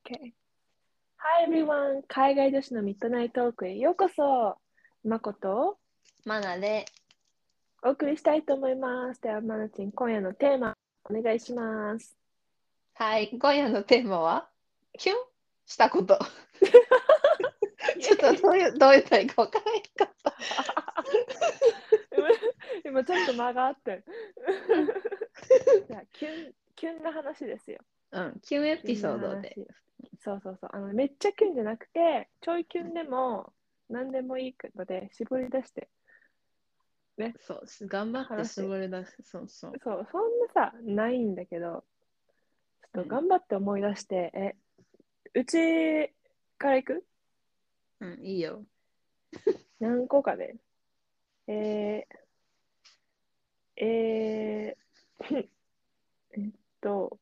Okay. Hi everyone! 海外女子のミッドナイトトークへようこそ。まことマナで、 お送りしたいと思います。では、まなちん、今夜のテーマお願いします。 はい、今夜のテーマは、キュンしたこと。ちょっとどう言ったらいいか分からないかった。 今ちょっと間があって。じゃあ、キュンの話ですよ。 うん、キュンエピキュンのソードで。 話。そうそうそう。めっちゃキュンじゃなくて、ちょいキュンでも何でもいいので、絞り出して、ね、 そう、頑張って話して。 絞り出す。そうそう。 そう、そんなさ、ないんだけど、ちょっと頑張って思い出して、うちから行くうん、いいよ。 何個かで。えー、えー、えっと、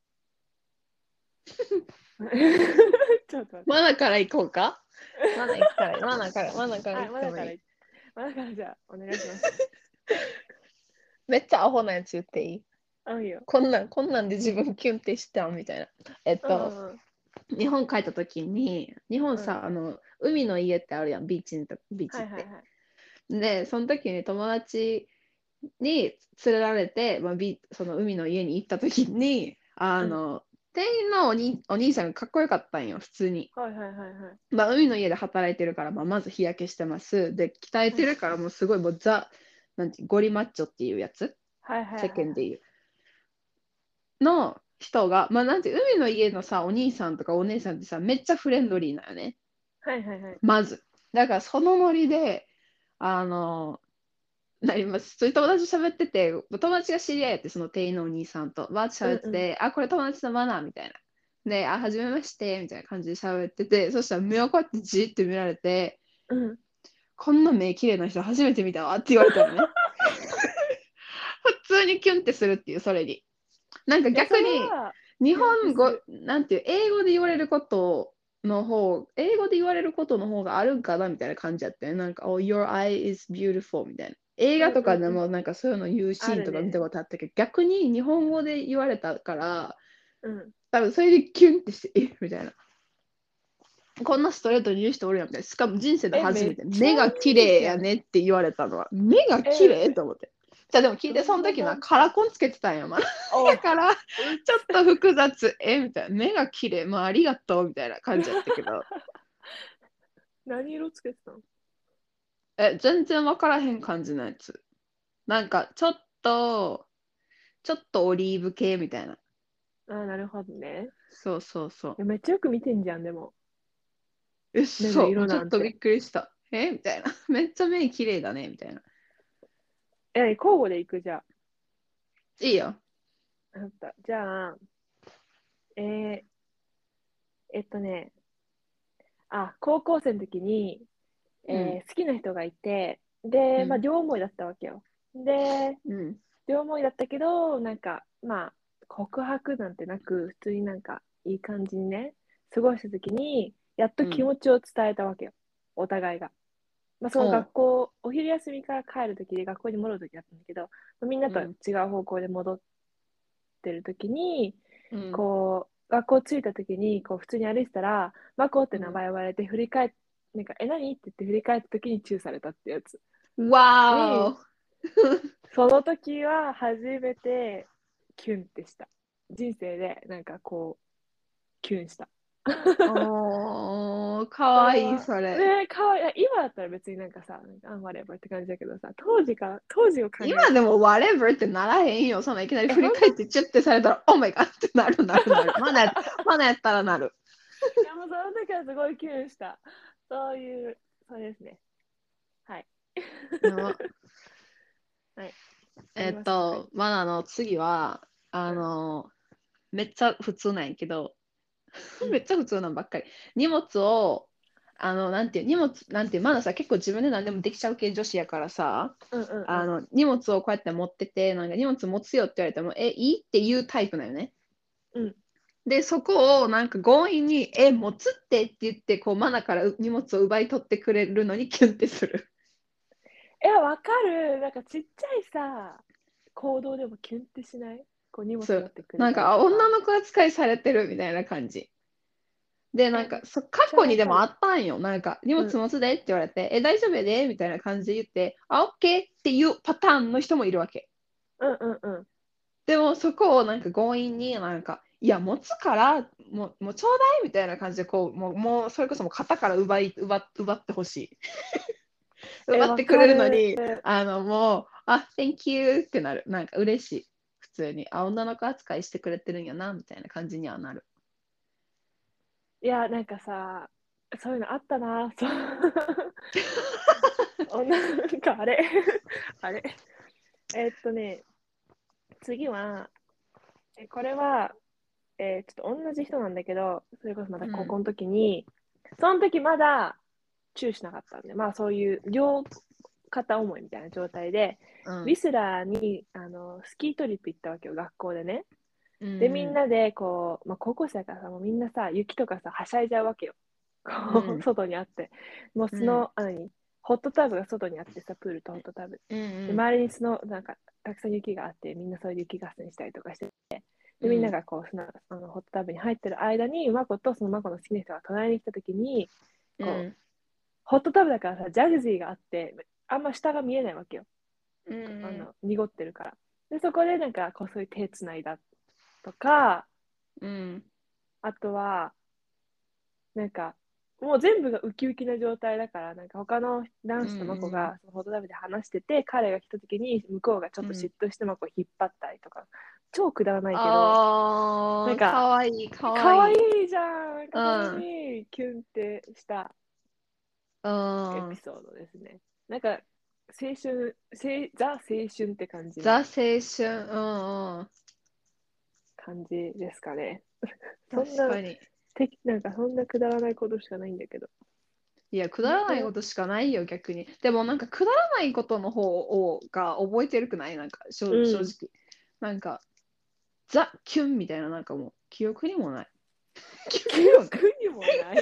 ちょっと待って。 マナから行こうか。マナ行くから、マナからはい、 行ってもいい。 まだからじゃあ、お願いします。 めっちゃアホなやつ言っていい？ あ、いいよ。 こんなんで自分キュンってしたみたいな。 うんうん日本帰った時に、日本うん。 さ、海の家ってあるやん、ビーチって。 はいはいはい。 で、その時に友達に連れられて、その海の家に行った時に、 うん。 店員のお兄さんがかっこよかったんよ、普通に。 はいはいはいはい。 海の家で働いてるから、まず日焼けしてます。で、鍛えはいてるから、もうすごいもうなんてゴリマッチョっていうやつ、 はいはいはいはい。 世間でいう。の人が、なんて海の家のさ、お兄さんとかお姉さんってさ、めっちゃフレンドリーなよね。 はいはいはい。 まず。だからそのノリで、あの、なります。そういう友達と喋ってて、友達が知り合いやって、その店員のお兄さんと、バーッとうんうん。 喋ってて、あ、これ友達のマナーみたいな。で、あ、はじめまして、みたいな感じで喋ってて、そしたら目をこうやってじーって見られて、 うん。 こんな目綺麗な人初めて見たわって言われたよね。普通にキュンってするっていう、それに。なんかそれ逆に、 は、 日キュンって本語、 する。 なんていう、英語で言われることの方があるんかなみたいな感じやったよ。なんか、Oh, your eye is beautiful みたいな。映うん画とかでうんうん。 もなんかそういうの言うシーンとか見たあるね。 ことあったけど、逆に日本語で言われたから、 うん。 多分それでキュンってして、みたいな。こんなストレートに言う人おるやんみたいな。しかも人生で初めっめて、 ちゃ目が綺いいじゃん。 麗やねって言われたのは、目が綺麗と思って。じゃあでも聞いて、そのどんな時な、 もんたい。 カラコンつけてたんや、まだ。 おう、 だから、ちょうっっと複雑。みたいな。目が綺麗。ありがとう。みたいな感じやったけど。 何色つけてたの？ 全然わからへん感じのやつ。なんか、ちょっとオリーブ系みたいな。 あ、なるほどね。 そうそうそう。 めっちゃよく見てんじゃん、でも。目のそう。 色なんて。 ちょっとびっくりした。みたいな。めっちゃ目綺麗だね。みたいな。 交互で行くじゃいいよ。 あ。あった。じゃあ、えー、えっとね、高校生の時に、 うん。 好きな人がいて、で、まあ、 うん。 両思いだったわけよ。で、 うん。 両思いだったけど、なんか、まあ、告白なんてなく、普通になんか、いい感じにね、過ごした時に、やっと気うん。 持ちを伝えたわけよ。お互いが。まあ、そのおう。 学校、お昼休みから帰る時で学校に戻る時だったんだけど、みんなとうん。 違う方向で戻ってる時に、 うん。 こう、学校着いた時に、こう、普通に歩いてたら、マコって名うん。 前呼ばれて、振り返っなんか、何って言って振り返った時にチューされたってやつに、 わーお。 その時は初めてキュンってした。人生でなんかこう、キュンした。 おー、かわいい、 それは、 それ。 ね、かわいい。今だったら別になんかさ、なんかあんまればって感じだけどさ、当時を考えたら、 今でも whatever ってならへんよ。そんないきなり振ほんとり返ってチュッてされたら、Oh my god ってなる。まだやったらなる。 いやもうその時はすごいキュンした。そういう、そうですね。はい。 やば。 はい。ありますか、他に。 マナの次は、 うん。 めっちゃ普通なんやけど、 うめん。 っちゃ普通なんばっかり。荷物を、なんていう、まださ、結構自分で何でもできちゃう系女子やからさ、 うんうんうん。 荷物をこうやって持ってて、なんか荷物持つよって言われても、いいっていうタイプなよね。 うん。 で、そこをなんか強引に、持つって言って、こう、マナから荷物を奪い取ってくれるのにキュンってする。 わかる。なんかちっちゃいさ、行動でもキュンってしない？こう荷物そう。 持ってくれなんか、 たりとか。 女の子扱いされてるみたいな感じ。 で、なんか、過去にでもあわかったんよ。なんか、荷る。うん物持つでって言われて、大丈夫やでみたいな感じで言って、あ、オッケーっていうパターンの人もいるわけ。 うんうんうん。 でも、そこをなんか強引になんか、いや、持つから、もうちょうだいみたいな感じで、こう、もうそれこそもう肩から奪ってほしい。奪っわてくれるのかる。 に、もう、Thank you ってなる。なんか嬉しい。普通に。女の子扱いしてくれてるんやな、みたいな感じにはなる。 いや、なんかさ、そういうのあったな。そう。なんかあれあれね、次は、これは、ちょっと同じ人なんだけど、それこそまだうん。 高校の時に、その時まだチューしなかったんで、まあそういう両片思いみたいな状態で、ウィうん。 スラーにスキートリップ行ったわけよ、学校でね。 うで、みんん。 なでこう、まあ、高校生だからさ、もうみんなさ、雪とかさ、はしゃいじゃうわけよ。こう、 うん。 外にあって。もううん。 ホットタブが外にあってさ、プールとホットタブ。 うで、 ん。 周りになんか、たくさん雪があって、みんなそれで雪合戦したりとかして、で、みんなうん。 がこう、ホットタブに入ってる間に、マコとそのマコの好きな人が隣に来た時に、こう、 うん。 ホットタブだからさ、ジャグジーがあって、あんま下が見えないわけよ。 うん。 濁ってるから。で、そこでなんか、こう、そういう手つないだとか、 うん。 あとは、なんか、もう全部がウキウキな状態だから、なんか他のう男子とマコん。 がそのホットタブで話してて、彼が来た時に向こうがちょっと嫉うん。 妬してマコを引っ張ったりとか、超くだらないけど、なんかか、 わいい、かわかわいいい。 いじゃん。なんか本当うん。 にキュンってしたうん。 エピソードですね。なんか、ザ青春って感じザ・の青春。うんうん。 感じですかね。そんな、 確かに。 なんかそんなくだらないことしかないんだけど。 いや、くだらない本当よ。 ことしかないよ、逆に。でも、なんか、くだらないことのが覚えてるくないなんか、 う正ん。 直。なんか、ザ・キュンみたいな、なんかもう、記憶にもない。記憶記にもない。 憶にもない。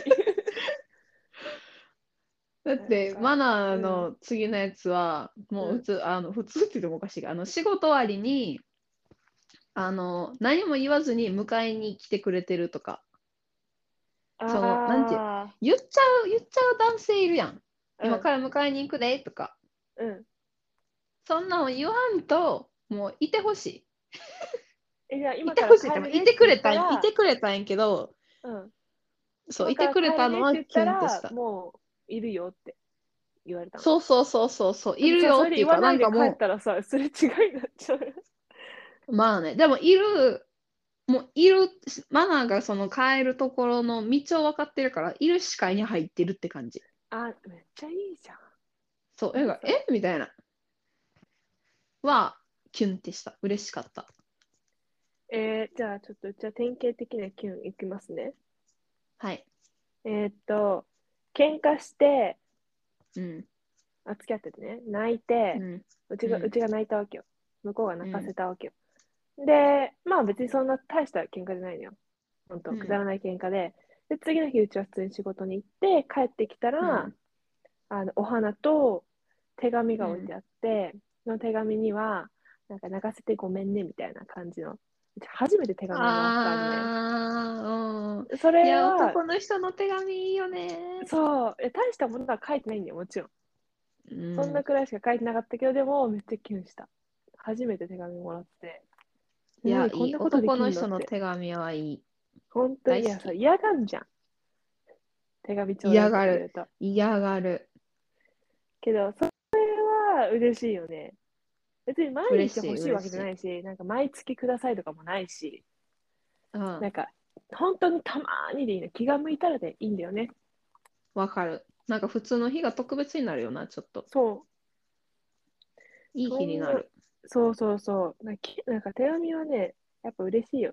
だっなんて、マか、 ナーうん、 の次のやつは、もうん。 う普通、普通って言ってもおかしいが、仕事終わりに、何も言わずに迎えに来てくれてるとか、なんていう、 あ言っちゃう男性いるやん。 あ、うん、 今から迎えに行くで、とか。 うん。 そんなの言わんと、もういてほしじゃあい。い今からてほしいってか、 帰るねって言ったいら、 てくれたんやけど、 うん。 そう、 今いてくれから帰るたのはねって言ったキュンってしら、 た。 もういるよって言われたの。 そうそうそうそうそう、いるだってさ、それでよっていうか、 言わないでなんかも帰ったらさ、すれ違いになっちゃう。 う、まあね、でももうマナーがその帰るところの道を分かってるから、いる視界に入ってるって感じ。 あ、めっちゃいいじゃん。 そう、 何それ。 みたいな。は、キュンってした。嬉しかった。 じゃあちょっと、じゃあ典型的なキュンいきますね。 はい。 えーっと、喧嘩して、 うん、 付き合っててね、泣いて、 うん、 ううん、 ちが泣いたわけよ。向こうが泣かうん、 せたわけよ。で、まあ別にそんな大した喧嘩じゃないのよ。本当くだうん、 らない喧嘩で。で、次の日、うちは普通に仕事に行って、帰ってきたら、 うん、 お花と手紙うん。 が置いてあって、その手紙には、なんか泣かせてごめんねみたいな感じの、初めて手紙をもらったのね。 ああ、 そいや、 れは、 男の人の手紙いいよね。 そう、大したものは書いてないんだよ、もちろん。 うそんなん。 くらいしか書いてなかったけど、でも、めっちゃキュンした。初めて手紙もらって、 いや、 何こいい。 んなことで男のきんのって。 人の手紙はいい。 本当に、いや、そう、 大好き。 嫌がんじゃん。手紙ちょうだいと嫌がる。 か言うと。 嫌がる。 けど、それは嬉しいよね。別に毎日嬉しい、 欲しいわけじゃ嬉しい。 ないし、なんか毎月くださいとかもないし、 うん。 なんか、本当にたまーにでいいの。気が向いたらでいいんだよね。 わかる。なんか普通の日が特別になるよな、ちょっと。 そう。 いい日にそんな、 なる。 そうそうそう。なんか手紙はね、やっぱ嬉しいよ。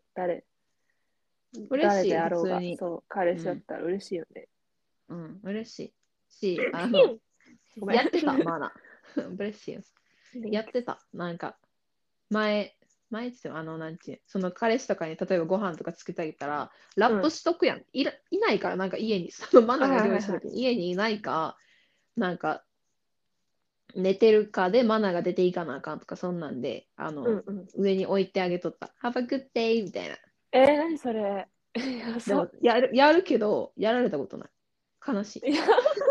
誰嬉しい、普であろうが。 通に。 そう、彼氏だっうん。 たら嬉しいよね。 うん、嬉しい。し、 ごめん。 やってた、まだ。嬉しいよ。やっ Thanks。 てた。なんか、前って言っても、なんていう、その彼氏とかに例えばご飯とか作ってあげたら、ラップうん。 しとくやん。いないから、なんか家に、そのマあ、 ナがはいはいはい。 料理した時に家にいないか、なんか寝てるかでマナが出ていかなあかんとか、そんなんで、 うんうん。 上に置いてあげとった。Have a good day! みたいな。 何それ。 いや、 でもやるけど、やられたことない。悲しい。 いや、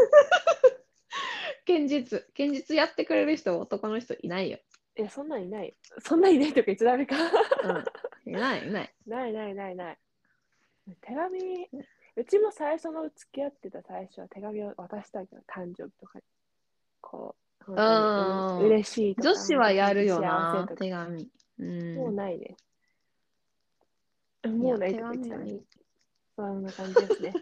現実やってくれる人、男の人いないよ。 いや、そんなんいない。そんなんいないとか言っちゃダメか。 うん。いない、いない。 ないないないない。手紙、うちも最初の付き合ってた最初は手紙を渡したけど、誕生日とかに、こう、本当にうん。 嬉しいとか、 女子本当にはやるよ幸せな、 とか、 手紙。うん。 もうないね。 いや、 もうない手とか言ってたね。 紙はいい。 そんな感じですね。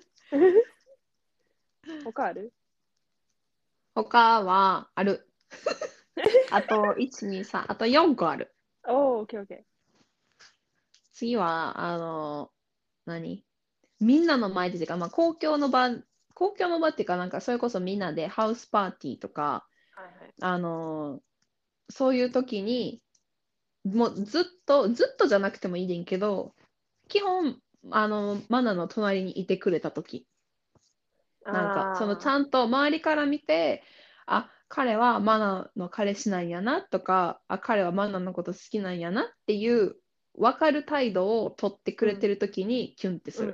他ある？ 他はある。あと、1、2、3、あと4個ある。 おー、オッケーオッケ次は、何みんなの前でっていうか、まあ、公共の場っていうか、なんか、それこそみんなでハウスパーティーとか、 ー。はいはい。 あの、そういう時に、もうずっとじゃなくてもいいねんけど、基本、マナの隣にいてくれた時、なんか、そのちあゃんと周りから見て、あ、彼はマナの彼氏なんやなとか、あ、彼はマナのこと好きなんやなっていう分かる態度を取ってくー、うん、 れてる時にキュンってする。 うん、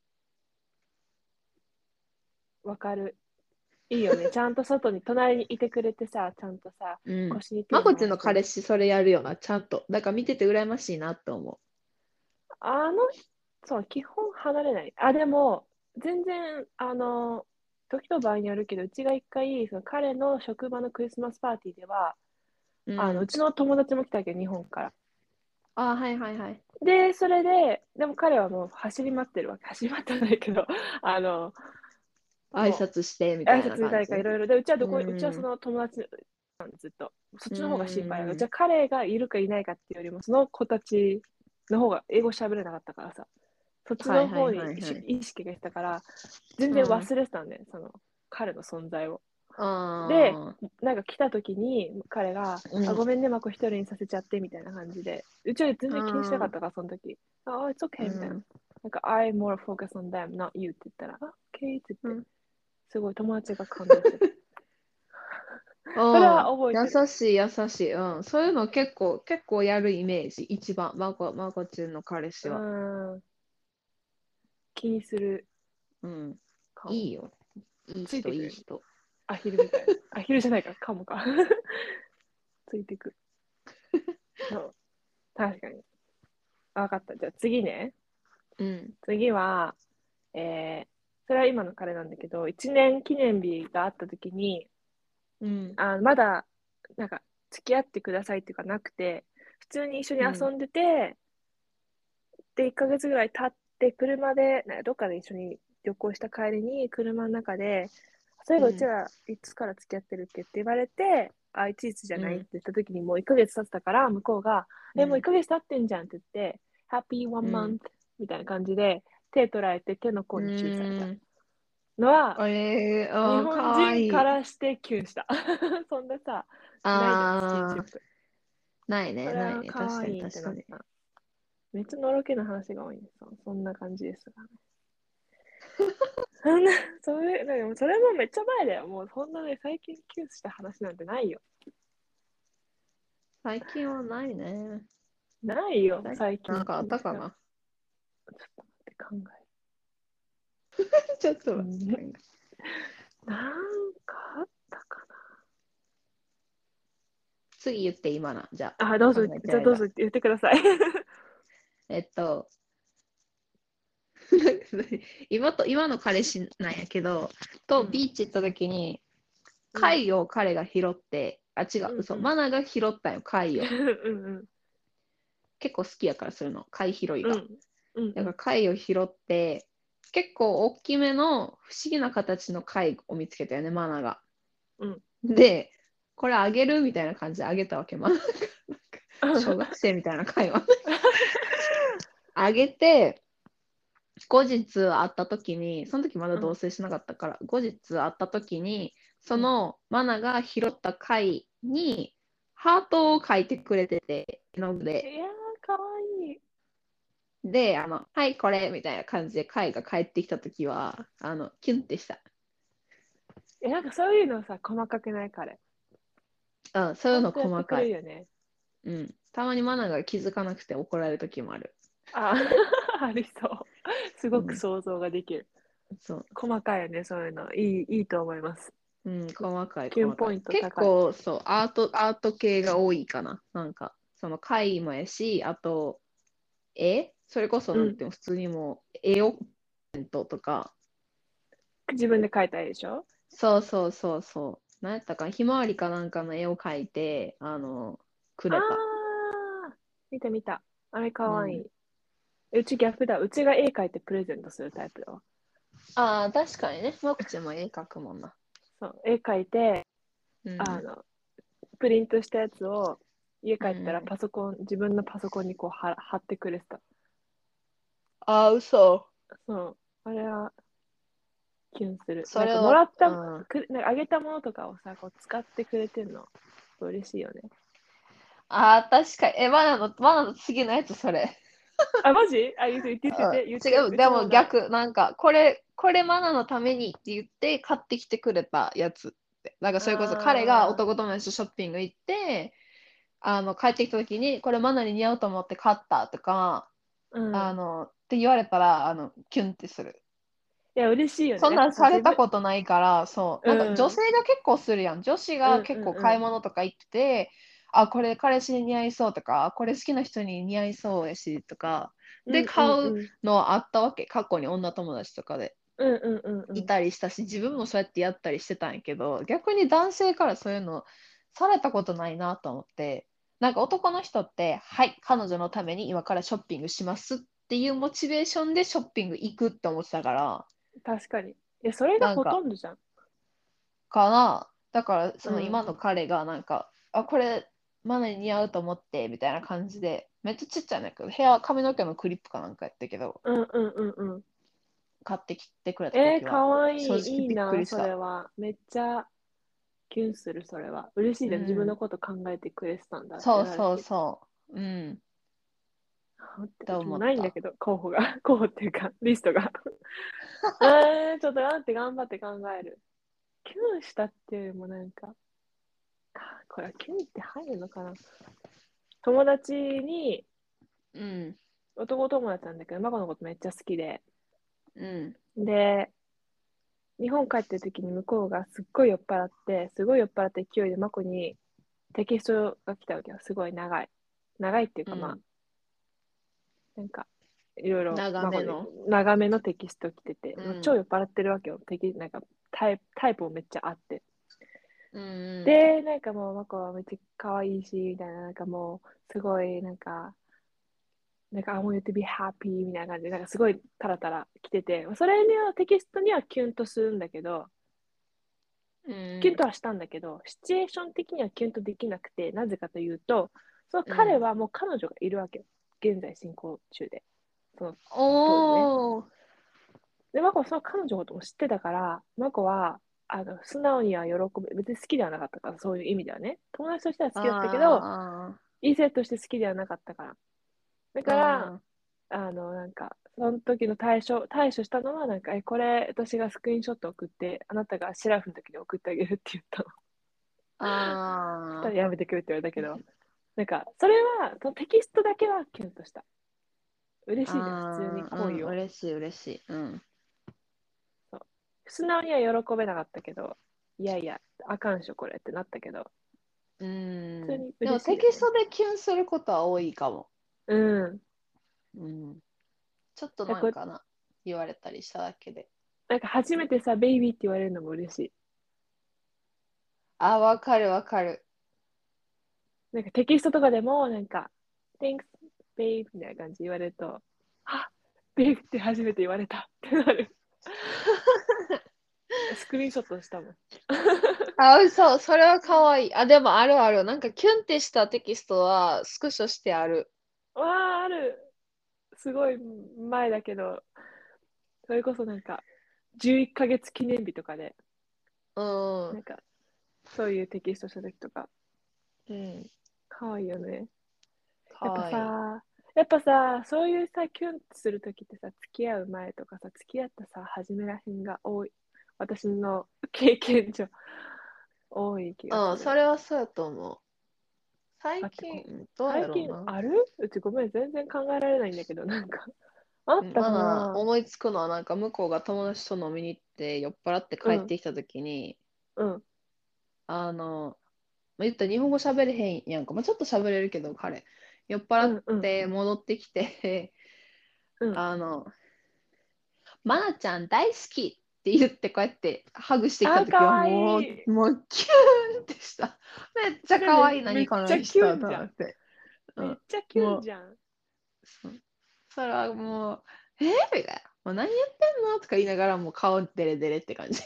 わかる。いいよね。ちゃんと外に、隣にいてくれてさ、ちゃんとさ、 うん。 腰に手まこちの回して。 彼氏それやるよな、ちゃんと。だから見てて羨ましいなって思あの、そう、基本離れない。あ、でも、全然、時と場合によるけど、うちが一回、その彼の職場のクリスマスパーティーでは、 う。ううん。 ちの友達も来たけど、日本から。 あ、はいはいはい。 で、それで、でも彼はもう走り回ってるわけ。走り回ってはないけど、あの、 挨も拶してみう、挨たいな拶したい感じ。うかいろいろで、うちはうちはそん。 の友達、ずっと。そっうちの方が心配だから。じゃん。 あ彼がいるかいないかっていうよりも、その子たちの方が英語喋れなかったからさ、そっちのはいはい方にはいはい。 意識がいったから、全然うん。 忘れてたんで、その彼の存在を。で、 ああ。 なんか来た時に彼が、あ、 うん。 ごめんね、マコ一人にさせちゃってみたいな感じで、うちは全う然気にしなかっん。 たから、その時。あ、it's う okay みたいな。 ん。 なんか、I more focus on them, not you って言ったら、あ、OK って言って、 うん。 すごい友達が感動してた。それはうん。優覚えてる。 しい優しい。うん。そういうの結構やるイメージ。一番。まこちんの彼氏うは。 ん、気にするうん。 かも。 いいよ。いい人、 ついてくる。 いい人。 アヒルみたいな。アヒルじゃないか、カモか。ついてくる。そう、確かに。わかった。じゃあ次ね。 うん。 次は、えー、それは今の彼なんだけど、1年記念日があった時に、 うん。 まだ、なんか、付き合ってくださいっていうかなくて、普通に一緒にうん。 遊んでて、で、1ヶ月ぐらい経って、車で、なんかどっかで一緒に旅行した帰りに、車の中で、そういえばうちうん。 らいつから付き合ってるっけって言われて、あ、いちいつじゃないってうん。 言った時にもう1ヶ月経ってたから、向こうが、もう1 うん。 ヶ月経ってんじゃんって言って、Happy う One ん。 Month みたいな感じで、手捉えて手のう甲にチューされたん。 のは、日か本人かわいい。 らしてキュンした。そんなさ、ないじゃん、スキンシッあプ。 ないね、 それはないね。確かに、 可愛いって確かに。 なった。めっちゃのろけな話が多いんですよ。そんな感じですがね。そんな、それもめっちゃ前だよ。もうそんなね、最近キュンした話なんてないよ。 最近はないね。 ないよ、 最近最近なんかあキュンした。ちょっったかな。 と待って考ちょっとえる。 待って考え。 なんかあったか次言って今な。じゃな。あ、どうあ、 ぞ、 考えてじゃあどうぞる間。 言ってください。 えっと、今の彼氏なんやけど、 うん。 とビーチ行った時に、 うん。 貝を彼が拾って、あ、違う、嘘、 うんうん。 マナが拾ったんよ、貝を。 うんうん。 結構好きやからするの、貝拾いが。 うん。うんだからうん。 貝を拾って、結構大きめの不思議な形の貝を見つけたよね、マナが。 うん。 で、これあげるみたいな感じであげたわけ。マナが小学生みたいな会話。あげて、後日会った時に、その時まだうん。 同棲しなかったから、後日会った時に、そうん。 のマナが拾った貝にハートを描いてくれてて、絵の具で。 いやー、かわいい。 で、はい、これみたいな感じで貝が帰ってきた時は、キュンってした。 なんかそういうのさ、細かくない彼。 うん、そういうのちゃんとやってく細かい。 れるよね。 うん。たまにマナが気づかなくて怒られる時もある。 あありそう。すごく想像ができる。 そう。 細かいよね、そういうの。いいと思います。 細かいキュンポイ細かい。結ント高い。 構、そう、アート系が多いかな。なんか、その絵もやし、あと、それこそうん。 なんていうの、普通にもう、絵をとか、 自分で描いた絵でしょ？ そうそうそうそう。なんやったかな、ひまわりかなんかの絵を描いて、くあれた。 ー、見た見た。あれかうん。 わいい。うち逆だ。うちが絵描いてプレゼントするタイプだわ。 ああ、確かにね。もくちも絵描くもんな。 そう、絵描いて、 うん。 あの、プリントしたやつを家うん帰ったらうん。 自分のパソコンにこう貼ってくれてた。 ああ、嘘。 そう、あれはキュンする。なんかもそれは、 らった、 うん。 なんかあげたものとかをさ、こう使ってくれてるの、嬉しいよね。 ああ、確かに。バナナの次のやつ、それ。 あ、マジ？あ、言って。 違う、でうちもない。 も逆、なんか、これマナのためにって言って買ってきてくれたやつって。なんかそれこそ彼があ男友達とショッピング行って、帰ってきた時に、これマナに似合うと思って買ったとか、 うん。 って言われたら、キュンってする。 いや、嬉しいよね。 そんなんなんかさ、 されたことないから、そう。 うなんか女ん。 性が結構するやん。女子うんが結構買いうん物とか行ってて、あ、これ彼氏に似合いそうとか、これ好きな人に似合いそうやしとか、で、 うん。うんうん買ううん。 のはあったわけ。過去に女友達とかでうんうんうんういん。 たりしたし、自分もそうやってやったりしてたんやけど、逆に男性からそういうのされたことないなと思って、なんか男の人って、はい、彼女のために今からショッピングしますっていうモチベーションでショッピング行くって思ってたから、 確かに。いや、それがほとなんか、 んどじゃん。 だから、そうん。 の今の彼がなんか、あ、これ、マナに似合うと思って、みたいな感じで、めっちゃちっちゃいんだけど、髪の毛のクリップかなんかやったけど、 うんうんうんうん。 買ってきてくれた時かは、 わいい。 正直びっくいいな、それりした。 は。めっちゃキュンする、それは。嬉しいじゃん。自分うん。 のこと考えてくれてたんだってそうそうなるし。 そう。うん。 あってとうちも思った。 ないんだけど、候補が。候補っていうか、リストが。ちょっと待って、頑張って考える。キュンしたっていうよりもなんか、これはキュンって入るのかな。友達に、 うん。 男友達なんだけど、マコのことめっちゃ好きで。 うん。 で、日本帰ってる時に向こうがすっごい酔っ払って、すごい酔っ払った勢いでマコにテキストが来たわけよ。すごい長い。長いっていうかまあ、 うん。 なんか、いろいろ、マコに長めの。 長めのテキスト来てて、 うん。 超酔っ払ってるわけよ。なんかタイプもめっちゃあって。 うん。 で、なんかもうマコはめっちゃ可愛いし、みたいな、なんかもう、すごい、I want you to be happy みたいな感じで、なんかすごいタラタラ来てて、それにはテキストにはキュンとするんだけど、 うん。 キュンとはしたんだけど、シチュエーション的にはキュンとできなくて、なぜかというと、そのうん。 彼はもう彼女がいるわけよ。現在進行中で。その当時ね。 おー。 で、マコはその彼女のことも知ってたから、マコは、素直には喜ぶ。別に好きではなかったから、そういう意味ではね。友達としては好きだったけど、 あ異性として好きではなかったから。だあ。 から、 あなんか、その時の対処したのは、なんか、これ、私がスクリーンショット送って、あなたがシラフの時に送ってあげるって言ったの。そしたあ。あらやめてくれって言われたけど、なんか、それは、そのテキストだけはキュンとした。嬉あ。 しいじゃん、普通にああ。うん。 恋を。 嬉しい、嬉しい。うん。 そう。素直には喜べなかったけど、いやいや、あかんしょ、これってなったけど、 うん。 普通にでも嬉しいよね。 テキストでキュンすることは多いかも。 うん。 うん。ちょっとだからなんかな、言われたりしただけで。 なんか初めてさ、ベイビーって言われるのも嬉しい。 あ、わかるわかる。 なんかテキストとかでも、なんか、Thanks, babe みたいな感じで言われると、あ、ベイビーって初めて言われたってなる。スクリーンショットしたもん。 あ、嘘、それは可愛い。あ、でもあるある。なんかキュンってしたテキストはスクショしてある。 わあ、ある。すごい前だけど、それこそなんか、11ヶ月記念日とかで、 うん。 なんか、そういうテキストした時とか、 うん。 かわいいよね。やっぱ可愛い。 さ、やっぱさ、そういうさ、キュンするときってさ、付き合う前とかさ、付き合ったさ、初めらへんが多い。私の経験上、多い気がうん、そする。 れはそうやと思う。最だってこう、 近、どうや最ろうな。 近あるうちごめん、全然考えられないんだけど、なんか、 あったかな。 思いつくのはなんか向こうが友達と飲みに行って酔っ払って帰ってきた時に、 うん。 言ったら日本語喋れへんやんか、ちょっと喋れるけど彼酔っ払っうんうん。 て戻ってきてうん。 あのマナちゃん大好きって言ってこうやってハグしてきたあ、か時はわいい。 もうキューンってした。めっちゃそれめ、 可愛いめっ何このちゃキュ人とンじゃん。 思って。うめっん。 ちゃキュもうンじゃん。 それはもうみたいな。もう何やってんのとか言いながらもう顔デレデレって感じ。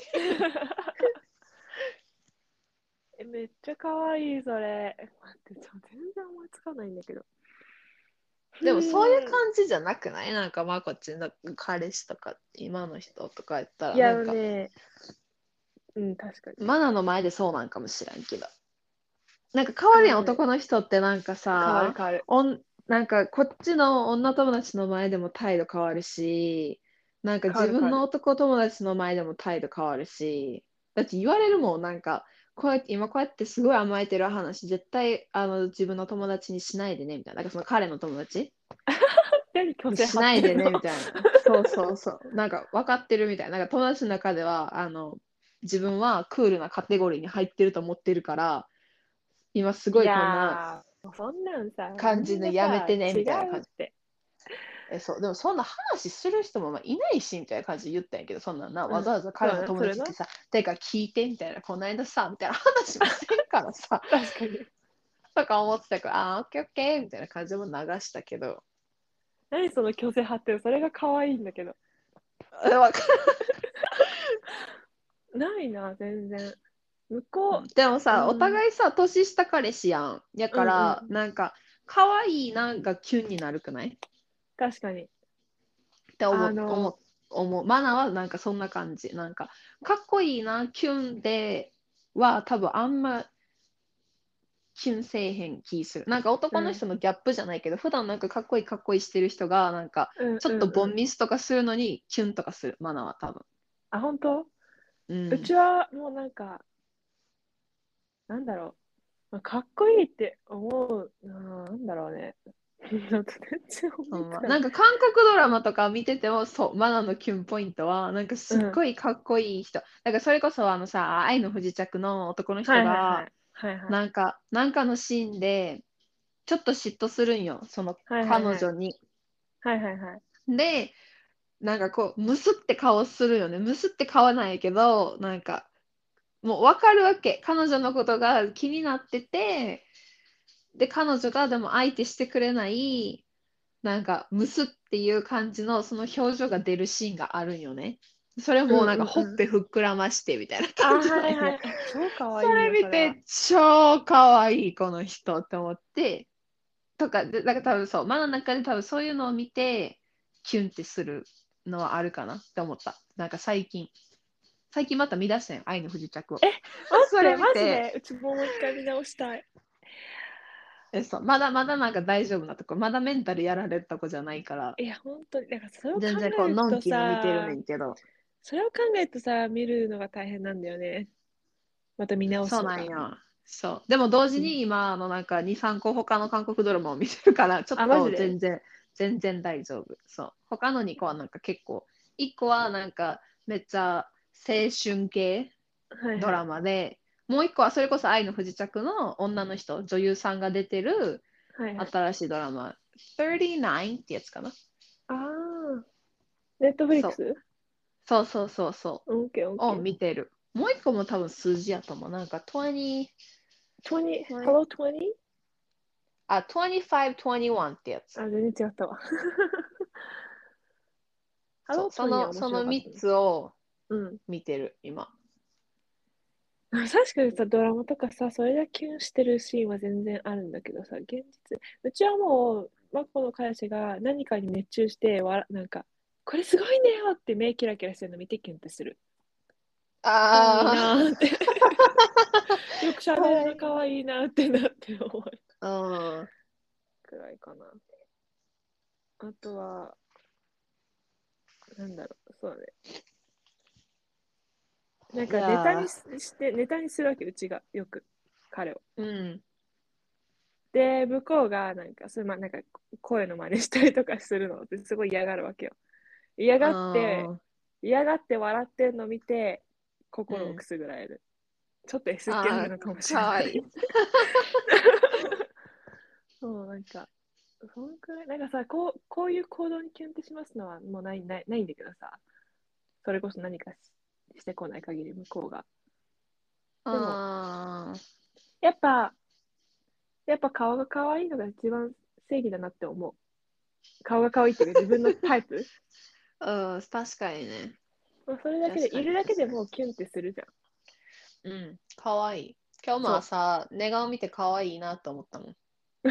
めっちゃかわいい、それ。待って、全然思いつかないんだけど。 でもそういうん。 感じじゃなくない？なんかまこっちの彼氏とか今の人とかやったいやらなんかね、うん、確かに。 マナの前でそうなんかもしれんけど。なんか変わるやん、 ね、 男の人ってなんか変わるさ、 変わる。 なんかこっちの女友達の前でも態度変わるし、なんか自分の変わる変わる。 男友達の前でも態度変わるし、だって言われるもん、なんか、こうやってすごい甘えてる話、絶対自分の友達にしないでね、みたいな。なんかその彼の友達何虚勢にし張ってんの？ ないでね、みたいな。そうそうそう。なんか分かってるみたいな。なんか友達の中では、自分はクールなカテゴリーに入ってると思ってるから、今すいごいこんなやー、もうそんなんさ、み感じのんなさ、 やめてね違みたいな感じ。 うって。 そう、でもそんな話する人もいないしみたいな感じで言ったんやけど、そんなんな、 うん。 わざわざ彼のそうだね、それな。 友達ってさ、てか聞いてみたいな、この間さ、みたいな話もせんからさ、 確かに。 とか思ってたから、オッケーオッケーみたいな感じも流したけど、 何その虚勢張ってる、それが可愛いんだけど。 わかないな、全然。向こる。でもう、 さ、おうん、 互いさ、年下彼氏やん。やうんうから、 ん。 なんか、可愛いなんかキュンになるくないっ確かに。 てあの、 マナはなんかそんな感じ。なんか、かっこいいな、キュンでは多分あんまキュンせえへん気する。なんかうん、 男の人のギャップじゃないけど、普段なんかかっこいいしてる人が、なんかうんちょっとボうんうん。 ンミスとかするのにキュンとかする、マナは多分。 あ、本当？ううん。 ちはもうなんか、なんだろう。まあかっこいいって思うな、なんだろうね。なんか全然思いつかない。 なんか韓国ドラマとか見てても、そう、マナのキュンポイントは、なんかすっうん。 ごいかっこいい人。だからそれこそあのさ、愛の不時着の男の人はいはいはが、 い。はいはい。 なんかのシーンで、ちょっと嫉妬するんよ、そのはいはいはい。 彼女に。 はいはいはい。 で、なんかこう、ムスって顔するよね。ムスって顔はないけど、なんか、もう分かるわけ。彼女のことが気になってて、で、彼女がでも相手してくれない、なんか、ムスっていう感じの、その表情が出るシーンがあるんよね。それうんもなんか、ほっうんうん。 ぺ膨らましてみたいなあ、 感じなんよ。 はいはい。え、超かわそいいよ、それは。 れ見て、超かわいい、この人って思って、とか、だから多分そう、マの中で多分そういうのを見て、キュンってするのはあるかなって思った。なんか最近また見出したんよ、愛の不時着を。 え、待っそれて、 見て、 マジで、うちもう一回見直したい。 そう、まだなんか大丈夫なとこ、まだメンタルやられるとこじゃないから、 いや、本当に、なんかそれを考全然こう、のんえるときに見てるねさ、 んけど、 それを考えるとさ、見るのが大変なんだよね。また見直そうすのが。 なんよ。そう。でも同時うん。 に今、なんか2、3個他の韓国ドラマを見てるから、ちょっあ、マジとで？ 全然大丈夫。そう。他の2個はなんか結構、1個はなんかめっちゃ青春系ドラはいはい。 マで、もう1個はそれこそ愛の不時着の女の人、女優さんが出てるはいはい。 新しいドラマ、39ってやつかな。 ああ、ネットフリッそう。 クス？ そう。 オッケーオッをケー。 見てる。もう1個も多分数字やと思う。なんか20、 20、 20 Hello 20？ 25、21ってやつ。 あ、全然違ったわ。 そう、 Hello 20は面その3 白かったね。 つをうん。 見てる、今。 確かにさ、ドラマとかさ、それだけキュンしてるシーンは全然あるんだけどさ、現実、うちはもう、マコの彼氏が何かに熱中して、なんか、これすごいねよって目キラキラしてるの見てキュンってする。かわいいあなーって。よくあ、 喋るはい。 のかわいいなってなって思ううん。 くらいかな。あとは、なんだろう、そうね。なんいかネタやにして、ネタにするわけ、うちがよく、彼を。 ー、うん。 で、向こうがなんか、なんか声の真似したりとかするのってすごい嫌がるわけよ。嫌がって、 あ嫌がって笑ってんの見て、 ー、うん。 心をくすぐられる。ちょっと S っ気あああ、 るのかもしかれない。 わいい。 そう、なんか、そんくらい、なんかさ、こういう行動にキュンってしますのはもうないんだけどさ、それこそ何かしてこない限り向こうが。でも、 ああ、 やっぱ、やっぱ顔が可愛いのが一番正義だなって思う。顔が可愛いっていうか自分のタイプ。 うん、確かにね。 まあ、それだけで、 確かに、 いるだけで確かに。 もうキュンってするじゃん。 うん、かわいい。今日もそ朝、寝顔見てかわいいなと思ったもん。 う。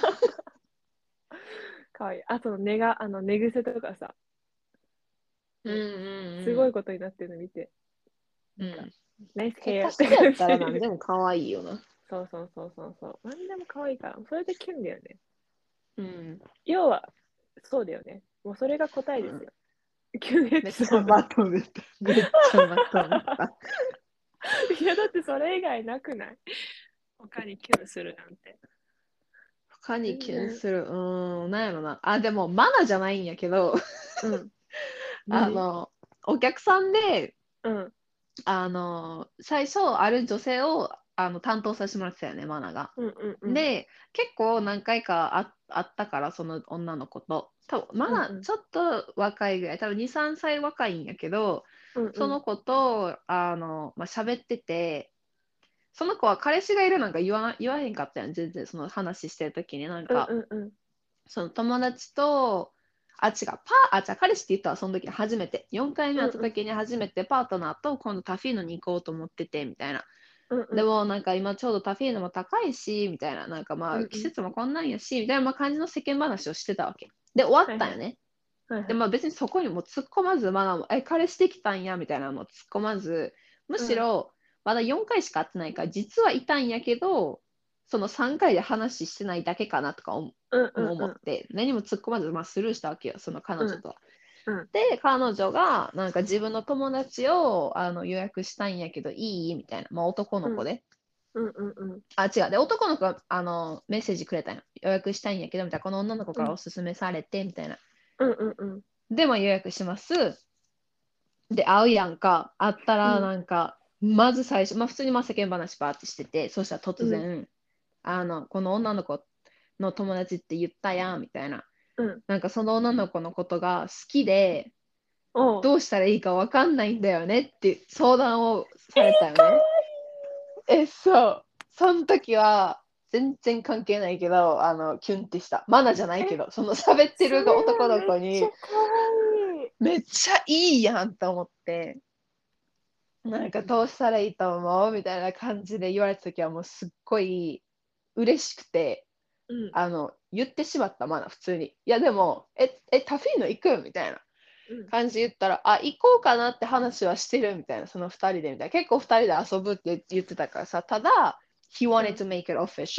可愛い。あと、寝癖とかさ、 うんもうすうんごいことになってるの見て、なんか、 うん。うん。 ナイスヘアって毛足しやったら何感じ。 でもかわいいよな。 そうそうそうそうそう。何でも可愛いから、それでキュンだよね。 うん。 要は、そうだよね。もうそれが答えうん、 ですよ。キュンエめっピソード。 ちゃまとめた。めっちゃまとめた。 いや、だってそれ以外なくない？他にキュンするなんて。 他にキュン全然。 する。なんやろな。あ、でも、マナじゃないんやけど、 うん。 あ何？ の、お客さんで、 うん。 最初、ある女性を担当させてもらってたよね、マナが。 うんうんうん。 で、結構何回かあったから、その女の子と。多分まうんうん。 だちょっと若いぐらい、多分2、3歳若いんやけど、 うんうん。 その子と、喋ってて、その子は彼氏がいるなんか言わへんかったやん、全然、その話してる時に、なんうんか、 うんうん。 その友達と、違う、彼氏って言ったわ、その時に初めて。4回目会ったうんうん。 時に初めてパートナーと今度タフィーノに行こうと思ってて、みたいな。 うんうんうん。 でもなんか今ちょうどタフィーノも高いし、みたいな、なんかまあ季うんうん。 節もこんなんやし、みたいなまあ感じの世間話をしてたわけ。で、終わはいはい。 ったんよね。で、 はいはい。 まあ別にそこにも突っ込まず、まだ、彼氏できたんや、みたいなのも突っ込まず、むうん。 しろ、まだ4回しか会ってないから、実はいたんやけど、その3回で話してないだけかなとかうんうんうん。 思って、何も突っ込まず、まあスルーしたわけよ、その彼うん女とは。 うん。 で、彼女が、なんか自分の友達を予約したんやけど、いいみたいな、まあ男のうん子で。 うんうんうん。 あ、違う。で、男の子がメッセージくれたんよ。予約したいんやけど、みたいな、この女の子からおすすめされて、みたいな。 うんうんうん。 で、まあ予約します。で、会うやんか。会ったら、 うんなんか、まず最初、まあ普通にまあ世間話バーってしてて、そしたら突うん然、この女の子の友達って言ったやん、みたいな。 うん。 なんかその女の子のことが好きで、 おう。 どうしたらいいかわかんないんだよねって相談をされたよかわね。そう。その時は、全然関係ないけど、キュンってした。マナじゃないいい。 けど、その喋ってそれる男のはめっ子に、 ちゃかわいい。 めっちゃいいやんと思って、なんかどうしたらいいと思うみたいな感じで言われた時はもうすっごい嬉しくて、 うん。 言ってしまった、マナ普通に。いやでも、タフィーノ行くみたいなうん。 感じで言ったら、あ、行こうかなって話はしてるみたいな、その二人でみたいな。結構二人で遊ぶって言ってたからさ、ただ、he う wanted ん。 to make it official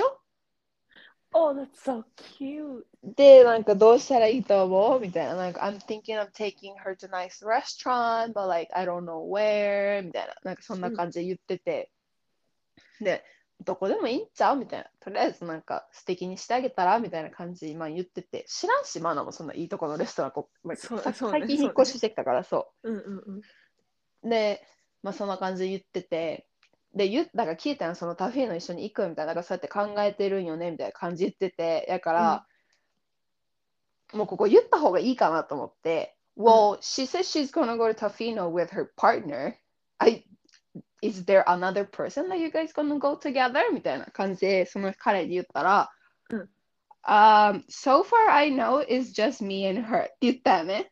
Oh, that's so cute. で、なんかどうしたらいいと思うみたいな。なんか、I'm thinking of taking her to a nice restaurant, but like, I don't know where みたいな。なんかそんうん。 な感じで言ってて。で、どこでもいいんちゃうみたいな。とりあえずなんか素敵にしてあげたらみたいな感じで今言ってて。知らんし、マナもそんないいとこのレストランそうね、 最近引そうね。 っ越ししてきたからそうんうんうん。 う。で、まあそんな感じで言ってて。で、だから聞いたのそのタフィーの一緒に行くみたいな。だからそうやって考えてるんよねみたいな感じ言ってて。やかうん。 ら、もうここ言った方がいいかなと思って、 うん。 Well, she says she's gonna go to Tofino with her partner. Is there another person that you guys gonna go together? みたいな感じで、その彼に言ったら、 うん。 So far I know is just me and her って言ったよね。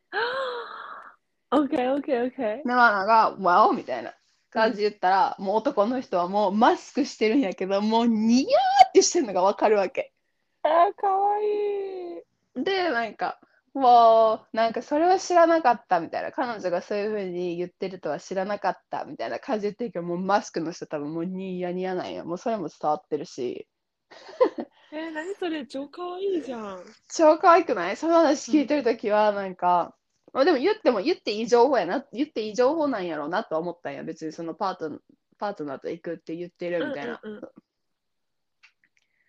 Okay, okay, okay. で、マナが、Well みたいなうん。 感じで言ったら、もう男の人はもうマスクしてるんやけど、もうニヤーってしてるのがわかるわけ。 あー、かわいい。 で、なんか、もう、なんかそれは知らなかったみたいな。彼女がそういうふうに言ってるとは知らなかったみたいな感じで言ってるけど、もうマスクの人多分もうニヤニヤなんや。もうそれも伝わってるし。 何それ、超かわいいじゃん。 超可愛くないその話うん。 聞いてるときは、なんか、まあ、でも言っていい情報やな、言っていい情報なんやろうなとは思ったんや。別にそのパートナーと行くって言ってるうんみたいな。 うんうん。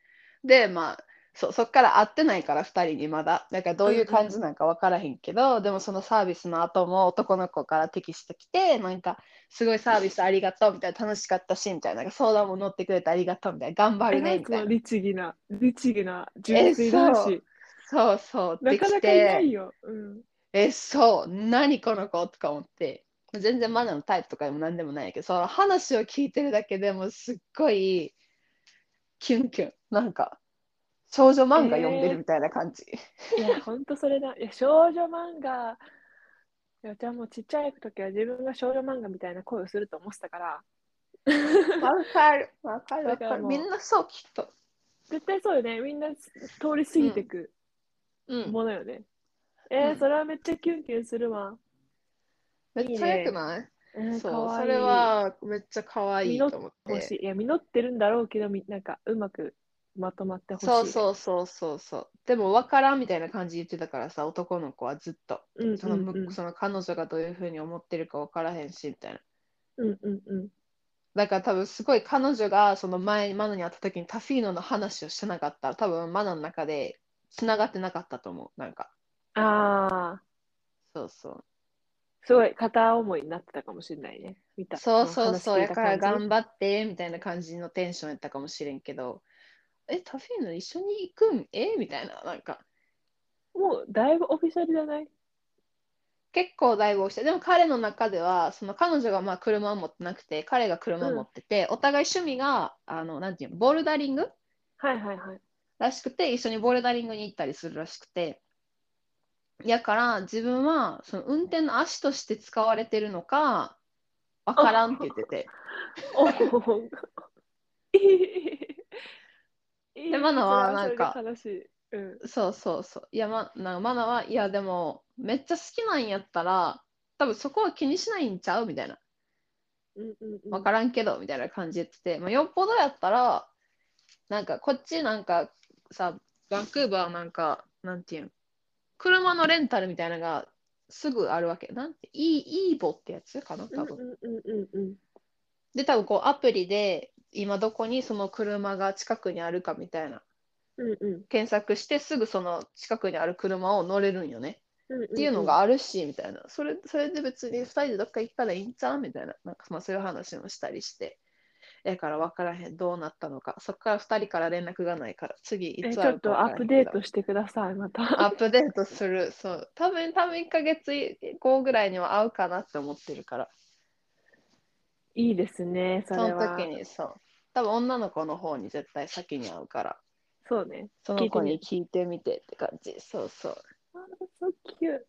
で、まあ、そっから会ってないから、2人にまだ。だからどういう感じなんか分からへんけど、でもそのサービスの後も男の子からテキスト来て、なんか、すごいサービスありがとうみたいな、楽しかったし、みたいな、相談も乗ってくれてありがとうみたいな、頑張るね、 何みたいな。 その律儀な、純粋な話。 そうそう、できなかなかいなて、 いよ。うん。 そう、何この子とか思って、全然マナのタイプとかでも何でもないけど、その話を聞いてるだけでもすっごいキュンキュン。なんか、少女漫画読んでるえみたいな感じ。 いや、ほんとそれだ。いや、少女漫画、いや、じゃあもうちっちゃい時は自分が少女漫画みたいな声をすると思ってたから、 わかる、わかる、 だわかる。みからもう、 んなそう、きっと。 絶対そうよね。みんな通り過うん、 ぎてくうん、 ものよね。 うん。 それはめっちゃキュンキュンするわ。いいめっちゃ良くね。 ない？ かそう、それわいい。 はめっちゃ可愛い実っと思ってほしい。 て。 いや、実ってるんだろうけど、なんかうまくまとまってほそうしいね。 そうそうそうそう。でも分からんみたいな感じ言ってたからさ、男の子はずっと。 うんそのうんうん。 その彼女がどういうふうに思ってるか分からへんし、みたいな。 うんうんうん。 だから多分すごい彼女がその前にマナに会った時にタフィーノの話をしてなかったら多分マナの中で繋がってなかったと思う。なんか。 ああ、 そうそう。 すごい片思いになってたかもしれないね。 そうそのそうそう。 話聞いやからた感じ。 頑張ってみたいな感じのテンションやったかもしれんけど、タフィーノ一緒に行くんみたいな。なんかもうだいぶオフィシャルじゃない？ 結構大暴して、でも彼の中では、その彼女がまあ車を持ってなくて、彼が車を持うん。 ってて、お互い趣味が、なんていうの、ボルダリングはいはいはい。 らしくて、一緒にボルダリングに行ったりするらしくて、やから自分はその運転の足として使われてるのかわからんって言ってて。 おお、いい、 で、 いいね。 マナはそれはそれでなんか、 悲しい。うん。 そうそうそう。いや、マナは、いや、でも、めっちゃ好きなんやったら、多分そこは気にしないんちゃうみたいな。 うんうんうん。 わからんけど、みたいな感じで言ってて、まあ、よっぽどやったら、なんかこっちなんかさ、バンクーバーなんか、なんていうん、車のレンタルみたいなのがすぐあるわけ。なんて、イーボってやつかな、 うん多分。 うんうんうんうん。 で、多分こうアプリで今どこにその車が近くにあるかみたいなうんうん。 検索してすぐその近くにある車を乗れるんよね。 うんっていうのうんうん。 があるし、みたいな。それで別に2人でどっか行ったらいいんちゃうみたいな。なんかまあそういう話もしたりして。だから分からへん、どうなったのか。そっから2人から連絡がないから、次いつちょっ会うか分とアップデからへんけど。 ートしてください、また。 アップデートする。そう。多分1ヶ月後ぐらいには会うかなって思ってるから。 いいですね、そその時れは。 にそう。多分女の子の方に絶対先に会うから。 そうね。 その子聞いてみる。 に聞いてみてって感じ。そうそあー、so cute。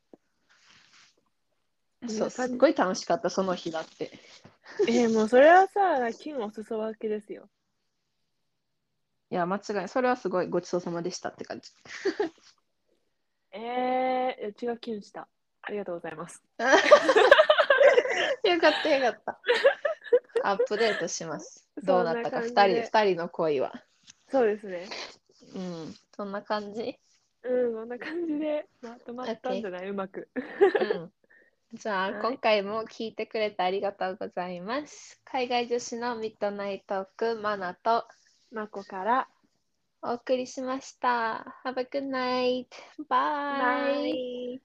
う。そう、 こんな感じ。 すっごい楽しかった、その日だって。 もうそれはさ、金をお裾分けですよ。 いや、間違いない。それはすごいごちそうさまでしたって感じ。 うちがキュンした。ありがとうございます。 よかったよかった。アップデートします。どうそんななったか、二感じで。 人の恋は。 そうですね。 うん、そんな感じ。 うん、こんな感じでまとまったんじ OK。 ゃない、うまく。 うん。じゃあ、 はい。 今回も聞いてくれてありがとうございます。海外女子のミッドナイトーク、マナとまこから、 お送りしました。Have a good night. バ Bye. イ。